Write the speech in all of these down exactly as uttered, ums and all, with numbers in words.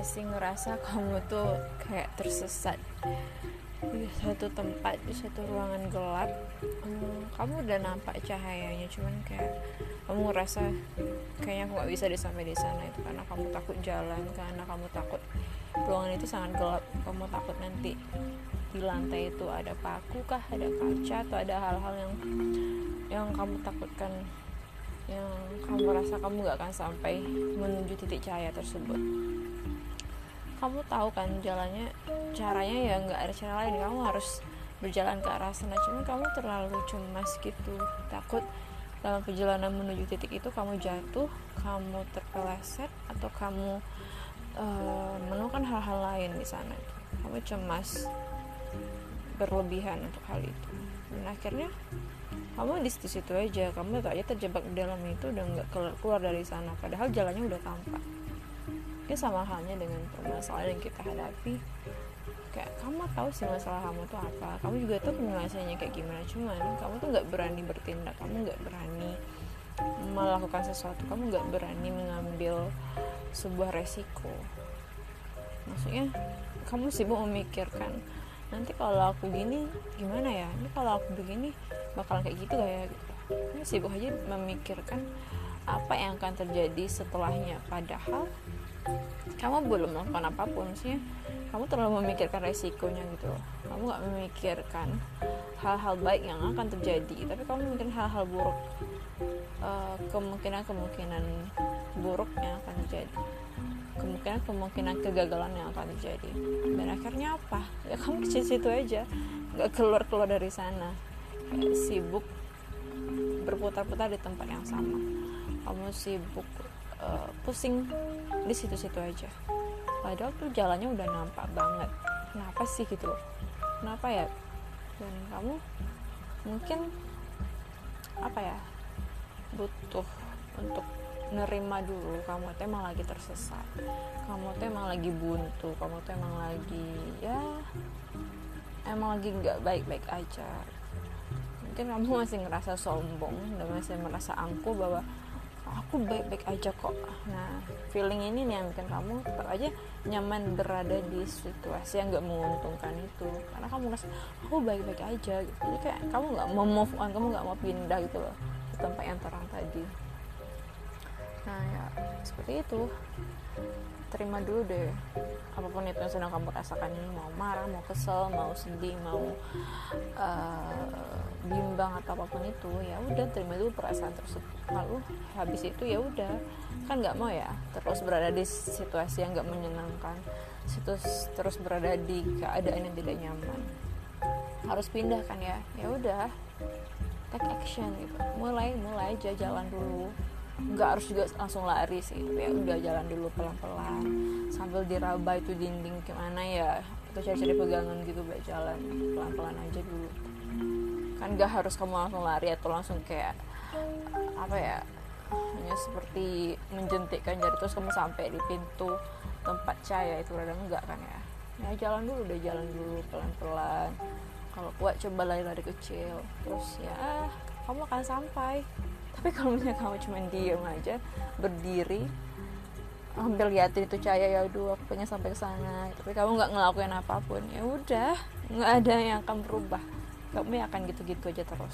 nggak sih ngerasa kamu tuh kayak tersesat di satu tempat, di satu ruangan gelap. hmm, Kamu udah nampak cahayanya, cuman kayak kamu ngerasa kayaknya aku nggak bisa deh sampai di sana. Itu karena kamu takut jalan, karena kamu takut ruangan itu sangat gelap. Kamu takut nanti di lantai itu ada paku kah, ada kaca, atau ada hal-hal yang yang kamu takutkan, yang kamu rasa kamu gak akan sampai menuju titik cahaya tersebut. Kamu tahu kan jalannya, caranya ya nggak ada cara lain, kamu harus berjalan ke arah sana. Cuman kamu terlalu cemas gitu, takut dalam perjalanan menuju titik itu kamu jatuh, kamu terpeleset, atau kamu uh, menemukan hal-hal lain di sana. Kamu cemas berlebihan untuk hal itu, dan akhirnya kamu di situ-situ aja, kamu tak aja terjebak di dalam itu, udah nggak keluar dari sana, padahal jalannya udah tampak. Ini sama halnya dengan permasalahan yang kita hadapi. Kayak kamu tahu sih masalah kamu tuh apa, kamu juga tahu penyelesaiannya kayak gimana, cuman kamu tuh nggak berani bertindak, kamu nggak berani melakukan sesuatu, kamu nggak berani mengambil sebuah resiko. Maksudnya kamu sibuk memikirkan, nanti kalau aku gini gimana ya, ini kalau aku begini bakalan kayak gitu gak ya gitu. Kamu sibuk aja memikirkan apa yang akan terjadi setelahnya, padahal kamu belum melakukan apapun sih. Kamu terlalu memikirkan resikonya gitu. Kamu gak memikirkan hal-hal baik yang akan terjadi, tapi kamu memikirkan hal-hal buruk, uh, kemungkinan-kemungkinan buruk yang akan terjadi, kemungkinan-kemungkinan kegagalan yang akan terjadi. Dan akhirnya apa? Ya kamu di situ aja, gak keluar-keluar dari sana, kayak sibuk berputar-putar di tempat yang sama. Kamu sibuk uh, pusing di situ-situ aja, padahal tuh jalannya udah nampak banget. Kenapa sih gitu? Kenapa ya? Dan kamu mungkin apa ya, butuh untuk nerima dulu kamu tuh emang lagi tersesat, kamu tuh emang lagi buntu, kamu tuh emang lagi ya emang lagi nggak baik-baik aja. Mungkin kamu masih ngerasa sombong dan masih merasa angkuh bahwa aku baik-baik aja kok. Nah, feeling ini nih yang bikin kamu tetap aja nyaman berada di situasi yang gak menguntungkan itu, karena kamu merasa aku baik-baik aja gitu. Jadi kayak kamu gak mau move on, kamu gak mau pindah gitu loh ke tempat yang terang tadi. Nah ya seperti itu. Terima dulu deh apapun itu yang sedang kamu rasakan ini, mau marah, mau kesel, mau sedih, mau uh, bimbang atau apapun itu, ya udah terima dulu perasaan tersebut. Lalu habis itu ya udah, kan nggak mau ya terus berada di situasi yang nggak menyenangkan, terus terus berada di keadaan yang tidak nyaman. Harus pindah kan ya, ya udah take action gitu, mulai mulai aja jalan dulu. Nggak harus juga langsung lari sih, tapi ya udah jalan dulu pelan-pelan sambil diraba itu dinding gimana ya, atau cari-cari pegangan gitu buat jalan pelan-pelan aja dulu. Kan nggak harus kamu langsung lari atau langsung kayak apa ya, hanya seperti menjentikkan jari terus kamu sampai di pintu tempat cahaya itu, rada enggak kan ya. Ya jalan dulu, udah jalan dulu pelan-pelan. Kalau kuat coba lari-lari kecil, terus ya kamu akan sampai. Tapi kalau misalnya kamu cuma diem aja, berdiri, ambil liatin itu cahaya, ya aduh aku pengen sampai ke sana, tapi kamu nggak ngelakuin apapun, ya udah nggak ada yang akan berubah. Kamu akan gitu-gitu aja terus.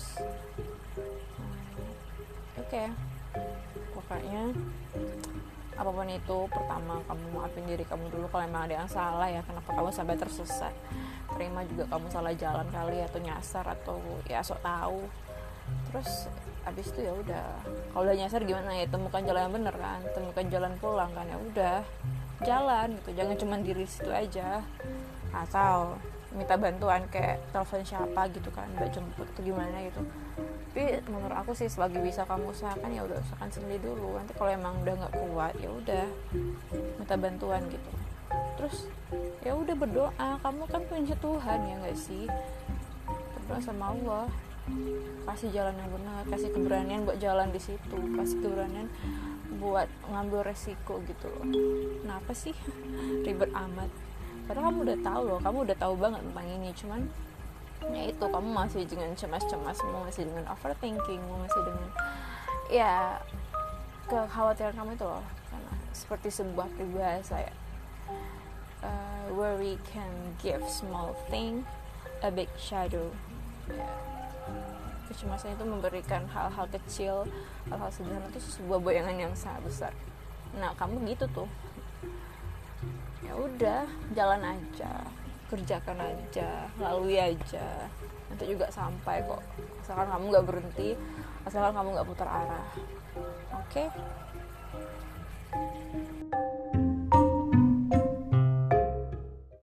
hmm, Oke, okay. Pokoknya apapun itu, pertama kamu maafin diri kamu dulu kalau emang ada yang salah ya, kenapa kamu sampai tersesat. Terima juga kamu salah jalan kali, atau nyasar, atau ya sok tahu. Terus abis itu ya udah, kalau udah nyasar gimana ya, temukan jalan yang bener kan, temukan jalan pulang kan, ya udah jalan gitu, jangan cuma diri situ aja, atau minta bantuan kayak telepon siapa gitu kan, mbak jemput atau gimana gitu. Tapi menurut aku sih selagi bisa kamu usahakan, ya udah usahakan sendiri dulu. Nanti kalau emang udah nggak kuat, ya udah minta bantuan gitu. Terus ya udah berdoa, kamu kan punya Tuhan ya nggak sih, berdoa sama Allah, kasih jalan yang benar, kasih keberanian buat jalan di situ, kasih keberanian buat ngambil resiko gitu loh. Kenapa sih ribet amat? Padahal kamu udah tahu loh, kamu udah tahu banget tentang ini, cuman ya itu kamu masih dengan cemas-cemas, masih dengan overthinking, masih dengan ya kekhawatiran kamu itu loh, karena seperti sebuah peribahasa ya, uh, worry can give small thing a big shadow. Ya. Kecemasan itu memberikan hal-hal kecil, hal-hal sederhana itu sebuah bayangan yang sangat besar. Nah, kamu gitu tuh. Ya udah, jalan aja, kerjakan aja, lalui aja. Nanti juga sampai kok. Asalkan kamu nggak berhenti, asalkan kamu nggak putar arah. Oke? Okay?